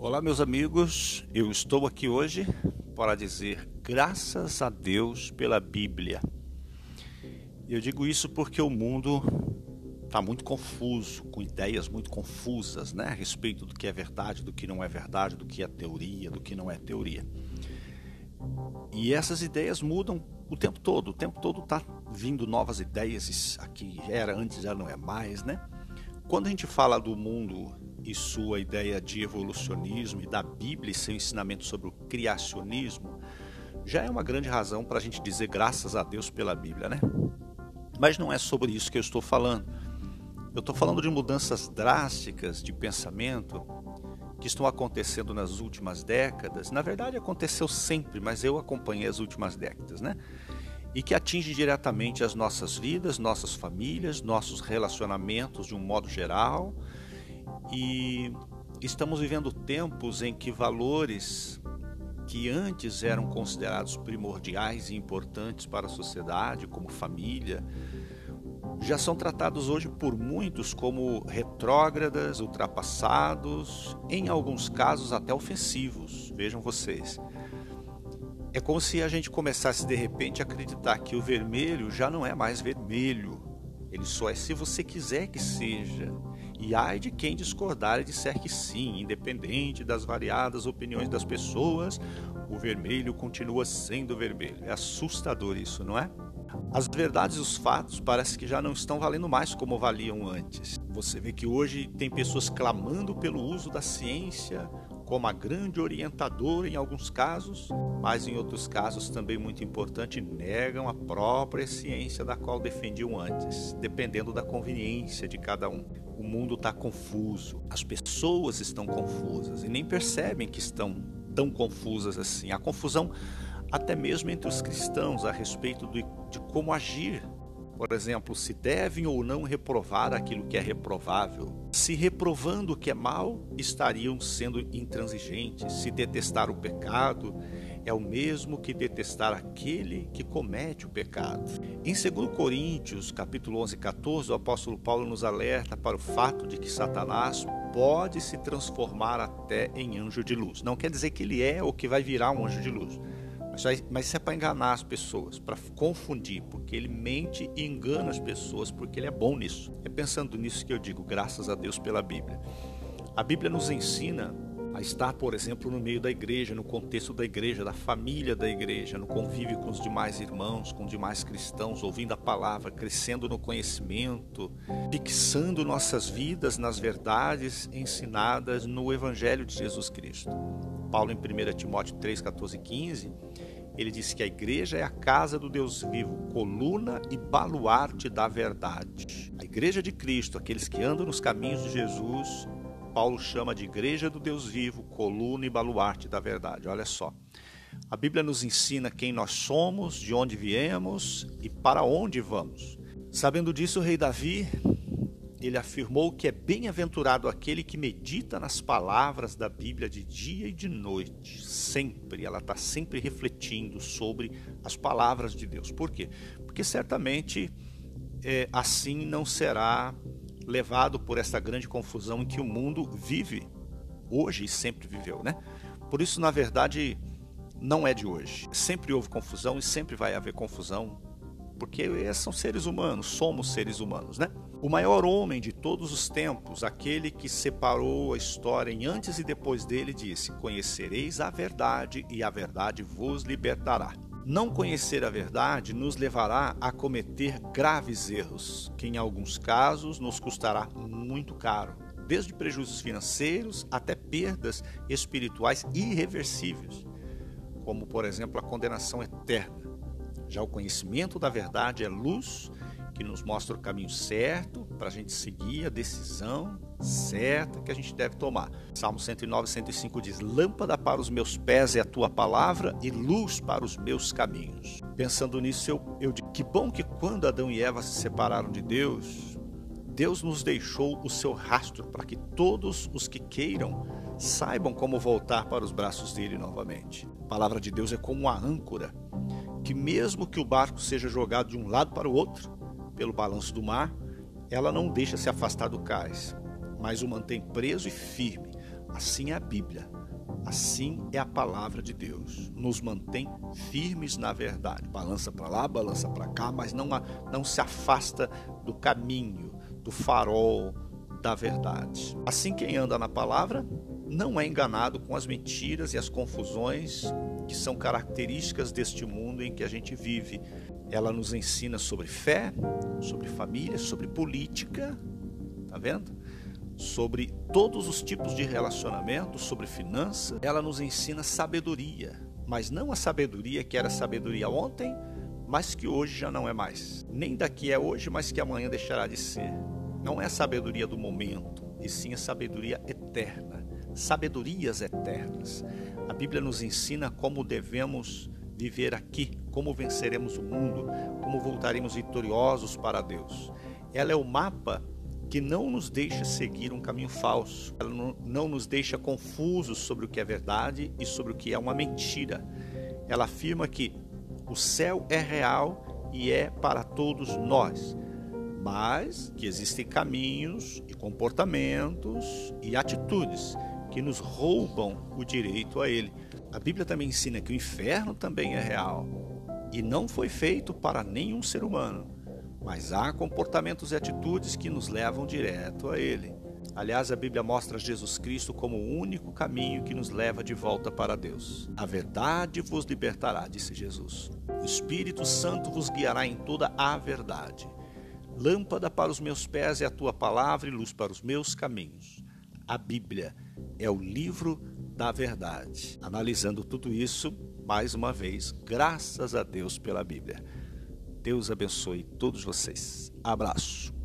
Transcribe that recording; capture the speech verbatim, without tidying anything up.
Olá, meus amigos, eu estou aqui hoje para dizer graças a Deus pela Bíblia. Eu digo isso porque o mundo está muito confuso, com ideias muito confusas, né, a respeito do que é verdade, do que não é verdade, do que é teoria, do que não é teoria. E essas ideias mudam o tempo todo, o tempo todo está vindo novas ideias, aqui era antes, já não é mais, né? Quando a gente fala do mundo e sua ideia de evolucionismo e da Bíblia e seu ensinamento sobre o criacionismo, já é uma grande razão para a gente dizer graças a Deus pela Bíblia, né? Mas não é sobre isso que eu estou falando. Eu estou falando de mudanças drásticas de pensamento que estão acontecendo nas últimas décadas. Na verdade, aconteceu sempre, mas eu acompanhei as últimas décadas, né? E que atinge diretamente as nossas vidas, nossas famílias, nossos relacionamentos de um modo geral. E estamos vivendo tempos em que valores que antes eram considerados primordiais e importantes para a sociedade, como família, já são tratados hoje por muitos como retrógradas, ultrapassados, em alguns casos até ofensivos, vejam vocês. É como se a gente começasse de repente a acreditar que o vermelho já não é mais vermelho, ele só é se você quiser que seja. E ai de quem discordar e disser que sim, independente das variadas opiniões das pessoas, o vermelho continua sendo vermelho. É assustador isso, não é? As verdades e os fatos parece que já não estão valendo mais como valiam antes. Você vê que hoje tem pessoas clamando pelo uso da ciência como a grande orientadora em alguns casos, mas em outros casos também muito importante, negam a própria ciência da qual defendiam antes, dependendo da conveniência de cada um. O mundo está confuso, as pessoas estão confusas e nem percebem que estão tão confusas assim. A confusão até mesmo entre os cristãos a respeito de, de como agir. Por exemplo, se devem ou não reprovar aquilo que é reprovável. Se reprovando o que é mal, estariam sendo intransigentes. Se detestar o pecado, é o mesmo que detestar aquele que comete o pecado. Em dois Coríntios, capítulo onze, catorze, o apóstolo Paulo nos alerta para o fato de que Satanás pode se transformar até em anjo de luz. Não quer dizer que ele é ou que vai virar um anjo de luz. Mas isso é para enganar as pessoas, para confundir, porque ele mente e engana as pessoas, porque ele é bom nisso. É pensando nisso que eu digo, graças a Deus pela Bíblia. A Bíblia nos ensina a estar, por exemplo, no meio da igreja, no contexto da igreja, da família da igreja, no convívio com os demais irmãos, com os demais cristãos, ouvindo a palavra, crescendo no conhecimento, fixando nossas vidas nas verdades ensinadas no Evangelho de Jesus Cristo. Paulo, em primeira Timóteo três, catorze e quinze, ele diz que a igreja é a casa do Deus vivo, coluna e baluarte da verdade. A igreja de Cristo, aqueles que andam nos caminhos de Jesus, Paulo chama de igreja do Deus vivo, coluna e baluarte da verdade. Olha só, a Bíblia nos ensina quem nós somos, de onde viemos e para onde vamos. Sabendo disso, o rei Davi, ele afirmou que é bem-aventurado aquele que medita nas palavras da Bíblia de dia e de noite, sempre, ela está sempre refletindo sobre as palavras de Deus. Por quê? Porque certamente é, assim não será levado por essa grande confusão em que o mundo vive hoje e sempre viveu, né? Por isso, na verdade, não é de hoje. Sempre houve confusão e sempre vai haver confusão, porque são seres humanos, somos seres humanos, né? O maior homem de todos os tempos, aquele que separou a história em antes e depois dele, disse: conhecereis a verdade e a verdade vos libertará. Não conhecer a verdade nos levará a cometer graves erros, que em alguns casos nos custará muito caro, desde prejuízos financeiros até perdas espirituais irreversíveis, como por exemplo a condenação eterna. Já o conhecimento da verdade é luz que nos mostra o caminho certo para a gente seguir a decisão certa que a gente deve tomar. Salmo cento e nove, cento e cinco diz: lâmpada para os meus pés é a tua palavra e luz para os meus caminhos. Pensando nisso, eu, eu digo que bom que quando Adão e Eva se separaram de Deus, Deus nos deixou o seu rastro para que todos os que queiram saibam como voltar para os braços dele novamente. A palavra de Deus é como uma âncora, que mesmo que o barco seja jogado de um lado para o outro, pelo balanço do mar, ela não deixa se afastar do cais, mas o mantém preso e firme, Assim é a Bíblia. Assim é a palavra de Deus. Nos mantém firmes na verdade. Balança para lá, balança para cá, mas não, não se afasta do caminho, do farol da verdade. Assim, quem anda na palavra não é enganado com as mentiras e as confusões que são características deste mundo em que a gente vive. Ela nos ensina sobre fé, sobre família, sobre política, tá vendo? Sobre todos os tipos de relacionamento, sobre finanças. Ela nos ensina sabedoria, mas não a sabedoria que era sabedoria ontem, mas que hoje já não é mais. Nem daqui é hoje, mas que amanhã deixará de ser. Não é a sabedoria do momento, e sim a sabedoria eterna. Sabedorias eternas. A Bíblia nos ensina como devemos viver aqui, como venceremos o mundo, como voltaremos vitoriosos para Deus. Ela é o mapa que não nos deixa seguir um caminho falso. Ela não, não nos deixa confusos sobre o que é verdade e sobre o que é uma mentira. Ela afirma que o céu é real e é para todos nós, mas que existem caminhos e comportamentos e atitudes que nos roubam o direito a ele. A Bíblia também ensina que o inferno também é real e não foi feito para nenhum ser humano, mas há comportamentos e atitudes que nos levam direto a ele. Aliás, a Bíblia mostra Jesus Cristo como o único caminho que nos leva de volta para Deus. A verdade vos libertará, disse Jesus. O Espírito Santo vos guiará em toda a verdade. Lâmpada para os meus pés é a tua palavra e luz para os meus caminhos. A Bíblia é o livro da verdade. Analisando tudo isso, mais uma vez, graças a Deus pela Bíblia. Deus abençoe todos vocês. Abraço.